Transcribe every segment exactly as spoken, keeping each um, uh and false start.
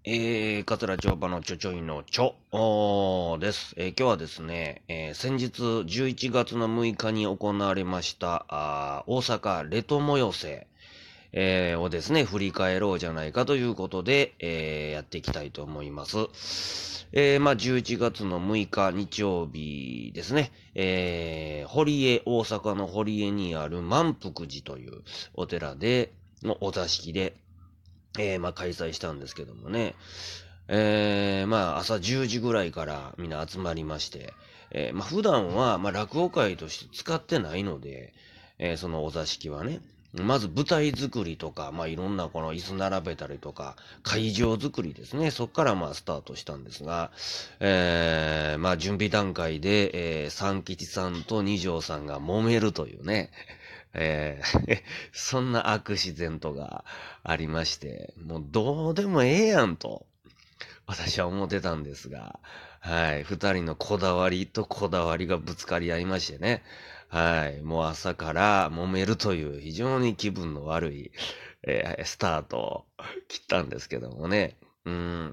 えー、桂町場のちょちょいのちょ、おーです。えー今日はですね、えー先日じゅういちがつのむいかに行われました、あー大阪レトモ寄せ、えーをですね、振り返ろうじゃないかということで、えーやっていきたいと思います。えー、まあ、じゅういちがつのむいか日曜日ですね、えー、堀江、大阪の堀江にある満福寺というお寺で、のお座敷で、えー、まあ、開催したんですけどもね。えー、まあ、朝じゅうじぐらいからみんな集まりまして、えー、まあ、普段は、まあ、落語会として使ってないので、えー、そのお座敷はね、まず舞台作りとか、まあ、いろんなこの椅子並べたりとか、会場作りですね。そこからまあ、スタートしたんですが、えー、まあ、準備段階で、えー、三吉さんと二条さんが揉めるというね、えーそんなアクシデントがありまして、もうどうでもええやんと、私は思ってたんですが、はい、二人のこだわりとこだわりがぶつかり合いましてね、はい、もう朝から揉めるという非常に気分の悪い、えースタートを切ったんですけどもね、うん、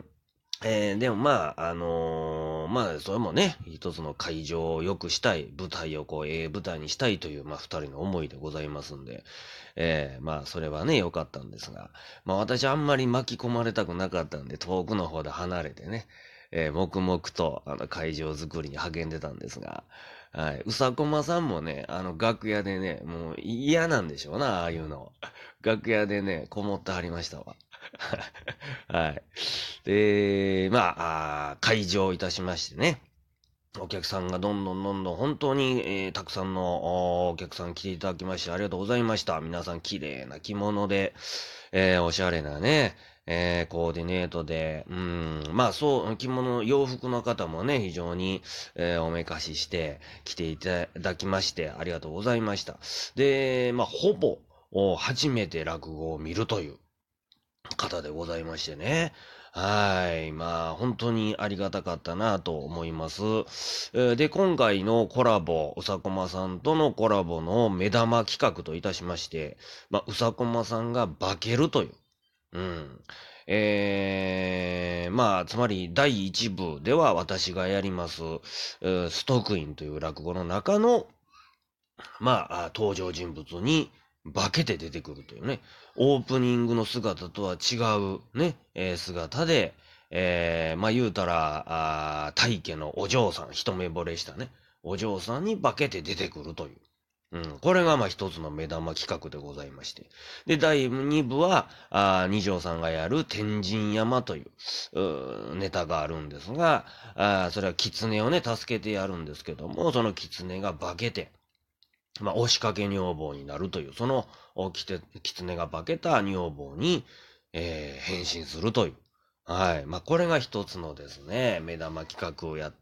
えーでもまあ、あのーまあ、それもね、一つの会場を良くしたい、舞台をこう、ええ舞台にしたいという、まあ、二人の思いでございますんで、えーまあ、それはね、良かったんですが、まあ、私あんまり巻き込まれたくなかったんで、遠くの方で離れてね、えー黙々と、あの、会場作りに励んでたんですが、はい、うさこまさんもね、あの、楽屋でね、もう嫌なんでしょうな、ああいうの。楽屋でね、こもってはりましたわ。はい。で、まあ、あー開場いたしましてね。お客さんがどんどんどんどん本当に、えーたくさんのお客さん来ていただきましてありがとうございました。皆さん綺麗な着物で、えーおしゃれなね、えーコーディネートで、うん、まあそう、着物、洋服の方もね、非常に、えーおめかしして来ていただきましてありがとうございました。で、まあほぼ、お初めて落語を見るという方でございましてね。はい。まあ、本当にありがたかったなと思います。えーで、今回のコラボ、うさこまさんとのコラボの目玉企画といたしまして、まあ、うさこまさんが化けるという。うん。えー、まあ、つまりだいいち部では私がやります、えーストークインという落語の中のまあ、あ登場人物に化けて出てくるというね、オープニングの姿とは違うね、えー姿で、えー、まあ言うたら、あー大家のお嬢さん、一目惚れしたね、お嬢さんに化けて出てくるという。うん、これがまあ一つの目玉企画でございまして。で、だいに部は、あ二条さんがやる天神山という、うーネタがあるんですが、あそれは狐をね、助けてやるんですけども、その狐が化けて、まあ、押しかけ女房になるという、その、おきて、狐が化けた女房に、えー変身するという。はい。まあ、これが一つのですね、目玉企画をやって、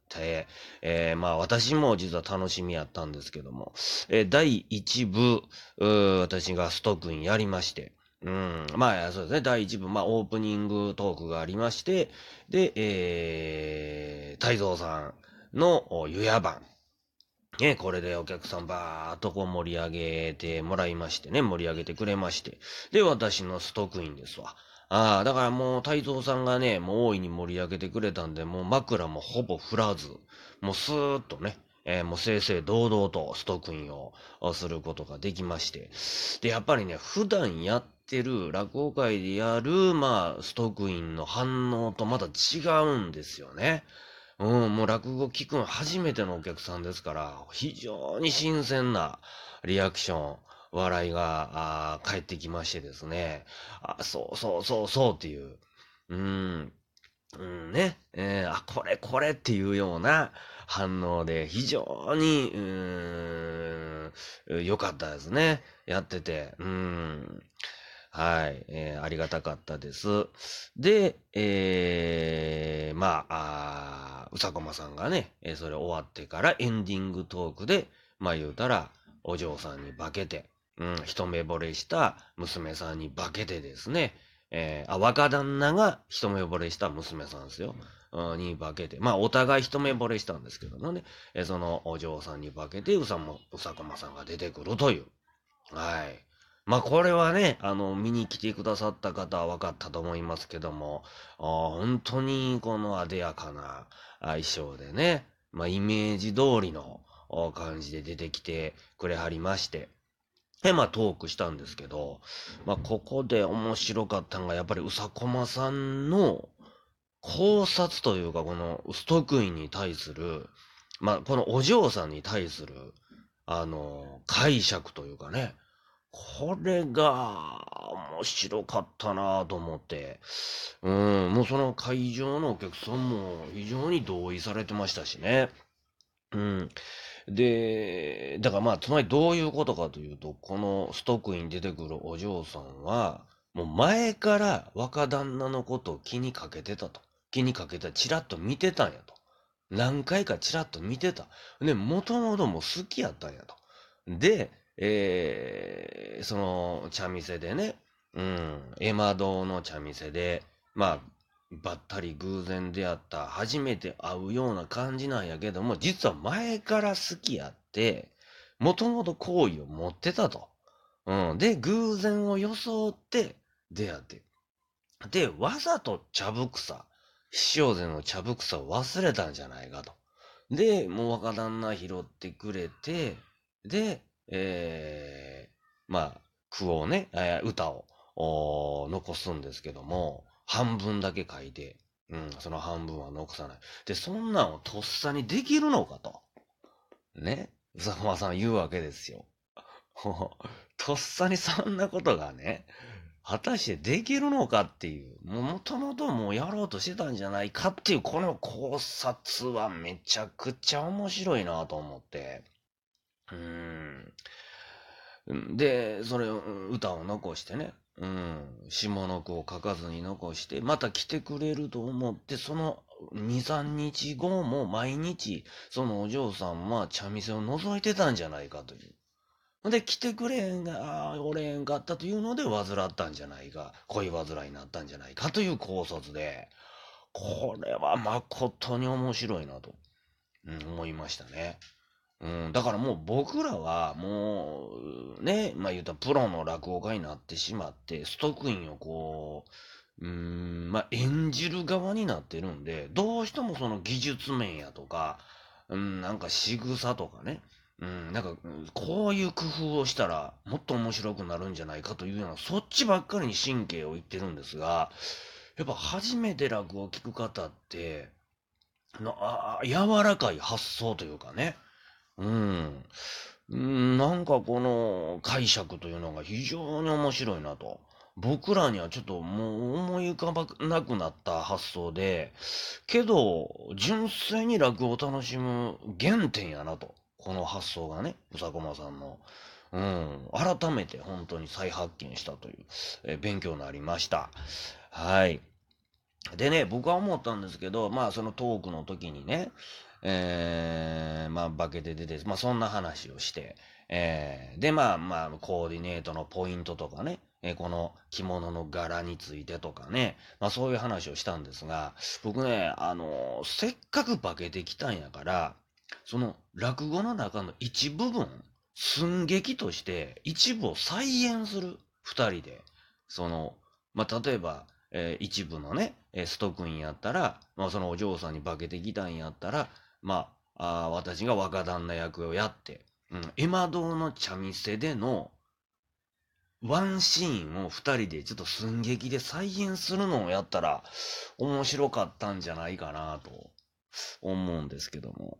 えーまあ、私も実は楽しみやったんですけども、えーだいいち部、うー私がストックインやりまして、うん、まあ、そうですね、だいいち部、まあ、オープニングトークがありまして、で、えー、太蔵さんのお湯屋番、ね、これでお客さんばーっとこう盛り上げてもらいましてね、盛り上げてくれまして。で、私のストックインですわ。ああ、だからもう、太蔵さんがね、もう大いに盛り上げてくれたんで、もう枕もほぼ振らず、もうスーッとね、えーもう正々堂々とストックインをすることができまして。で、やっぱりね、普段やってる、落語会でやる、まあ、ストックインの反応とまた違うんですよね。うん、もう落語聞くの初めてのお客さんですから、非常に新鮮なリアクション、笑いが、あー返ってきましてですね。あ、そうそうそうそうっていう。うん、うんね。えーあ、これこれっていうような反応で、非常に、うーん、良かったですね。やってて。うん。はい、えーありがたかったです。で、えー、まあ、あーうさこまさんがね、えーそれ終わってからエンディングトークで、まあ言うたら、お嬢さんに化けて、うん、一目惚れした娘さんに化けてですね、えーあ、若旦那が一目惚れした娘さんですよ。うんに化けて、まあ、お互い一目惚れしたんですけどもね、えーそのお嬢さんに化けて、うさも、うさこまさんが出てくるという。はい。 まあこれはね、あの、見に来てくださった方は分かったと思いますけども、あー本当にこの艶やかな衣装でね、まあイメージ通りのあ感じで出てきてくれはりまして、で、まあトークしたんですけど、まあここで面白かったのがやっぱりうさこまさんの考察というか、このストックインに対する、まあこのお嬢さんに対する、あの、解釈というかね、これが面白かったなと思って、うん、もうその会場のお客さんも非常に同意されてましたしね。うん。で、だからまあ、つまりどういうことかというと、このストックインに出てくるお嬢さんは、もう前から若旦那のことを気にかけてたと。気にかけて、チラッと見てたんやと。何回かチラッと見てた。で、もともとも好きやったんやと。で、えー、その茶店でね、うん、エマ堂の茶店で、まあ、ばったり偶然出会った、初めて会うような感じなんやけども、実は前から好きやって、もともと好意を持ってたと。うん。で、偶然を装って出会って。で、わざと茶ぶくさ、塩での茶ぶくさを忘れたんじゃないかと。で、もう若旦那拾ってくれて、で、えー、まあ、句をね、えー歌をおー残すんですけども、半分だけ書いて、うん、その半分は残さない。で、そんなんをとっさにできるのかと。ね、うさこまさん言うわけですよ。とっさにそんなことがね、果たしてできるのかっていう、もともともうやろうとしてたんじゃないかっていう、この考察はめちゃくちゃ面白いなと思って。うーん。で、それを、歌を残してね、うん、下の句を書かずに残して、また来てくれると思って、そのに、さんにちごも毎日、そのお嬢さんは茶店を覗いてたんじゃないかという。で、来てくれへんが、あーおれへんかったというので患ったんじゃないか、恋煩いになったんじゃないかという考察で、これは誠に面白いなと、うん、思いましたね。うん、だからもう僕らはもうね、まあ言うたらプロの落語家になってしまって、ストックインをこう、うーん、まあ演じる側になってるんで、どうしてもその技術面やとか、うん、なんか仕草とかね、うん、なんかこういう工夫をしたらもっと面白くなるんじゃないかというような、そっちばっかりに神経をいってるんですが、やっぱ初めて落語を聞く方って、なあ柔らかい発想というかね、うん。うん、なんかこの解釈というのが非常に面白いなと。僕らにはちょっともう思い浮かばなくなった発想で、けど、純粋に落語を楽しむ原点やなと。この発想がね、うさこまさんの。うん、改めて本当に再発見したという、えー勉強になりました。はい。でね、僕は思ったんですけど、まあそのトークの時にね、えー、まあ化けて出て、まあそんな話をして、えー、でまあまあコーディネートのポイントとかね、えーこの着物の柄についてとかね、まあそういう話をしたんですが、僕ね、あのーせっかく化けてきたんやから、その落語の中の一部分、寸劇として一部を再現する、二人で。その、まあ例えば、えー一部のね、えーストックインやったら、まあ、そのお嬢さんに化けてきたんやったら、まあ、あ私が若旦那役をやって、うん、エマ堂の茶店でのワンシーンを二人でちょっと寸劇で再現するのをやったら面白かったんじゃないかなと思うんですけども、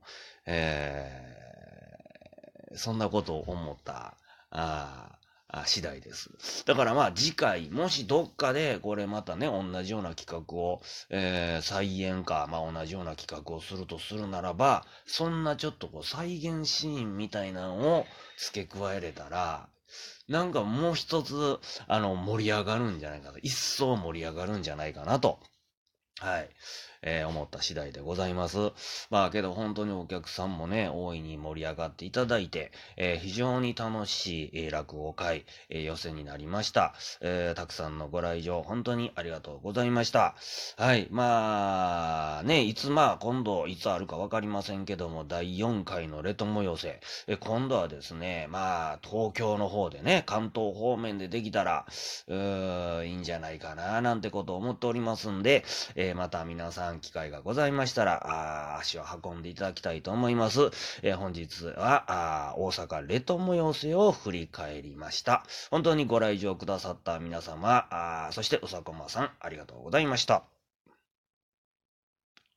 えー、そんなことを思ったああ次第です。だからまあ次回、もしどっかでこれまたね、同じような企画を、えー、再演か、まあ同じような企画をするとするならば、そんなちょっとこう再現シーンみたいなのを付け加えれたら、なんかもう一つ、あの、盛り上がるんじゃないかな。一層盛り上がるんじゃないかなと、 はい。えー思った次第でございます。まあけど本当にお客さんもね、大いに盛り上がっていただいて、えー非常に楽しい、えー落語会、えー寄せになりました、えーたくさんのご来場、本当にありがとうございました。はい。まあ、ね、いつまあ今度、いつあるかわかりませんけども、だいよんかいのレトモ寄せ、えー今度はですね、まあ、東京の方でね、関東方面でできたら、うーん、いいんじゃないかな、なんてことを思っておりますんで、えーまた皆さん機会がございましたら、あ足を運んでいただきたいと思います。えー本日はあ大阪レト催せを振り返りました。本当にご来場くださった皆様、あそしてうさこまさん、ありがとうございました。